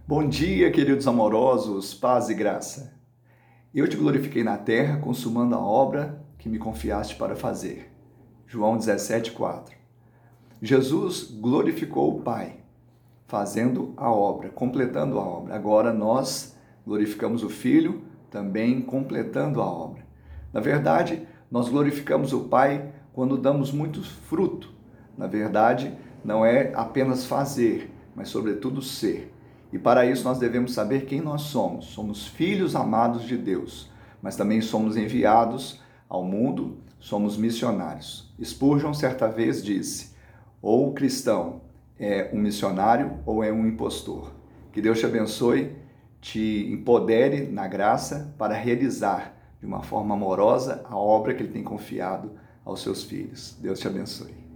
Bom dia, queridos amorosos, paz e graça. Eu te glorifiquei na terra, consumando a obra que me confiaste para fazer. João 17:4. Jesus glorificou o Pai, fazendo a obra, completando a obra. Agora nós glorificamos o Filho, também completando a obra. Na verdade, nós glorificamos o Pai quando damos muito fruto. Na verdade, não é apenas fazer, mas sobretudo ser. E para isso nós devemos saber quem nós somos. Somos filhos amados de Deus, mas também somos enviados ao mundo, somos missionários. Spurgeon certa vez disse: ou o cristão é um missionário ou é um impostor. Que Deus te abençoe, te empodere na graça para realizar de uma forma amorosa a obra que Ele tem confiado aos seus filhos. Deus te abençoe.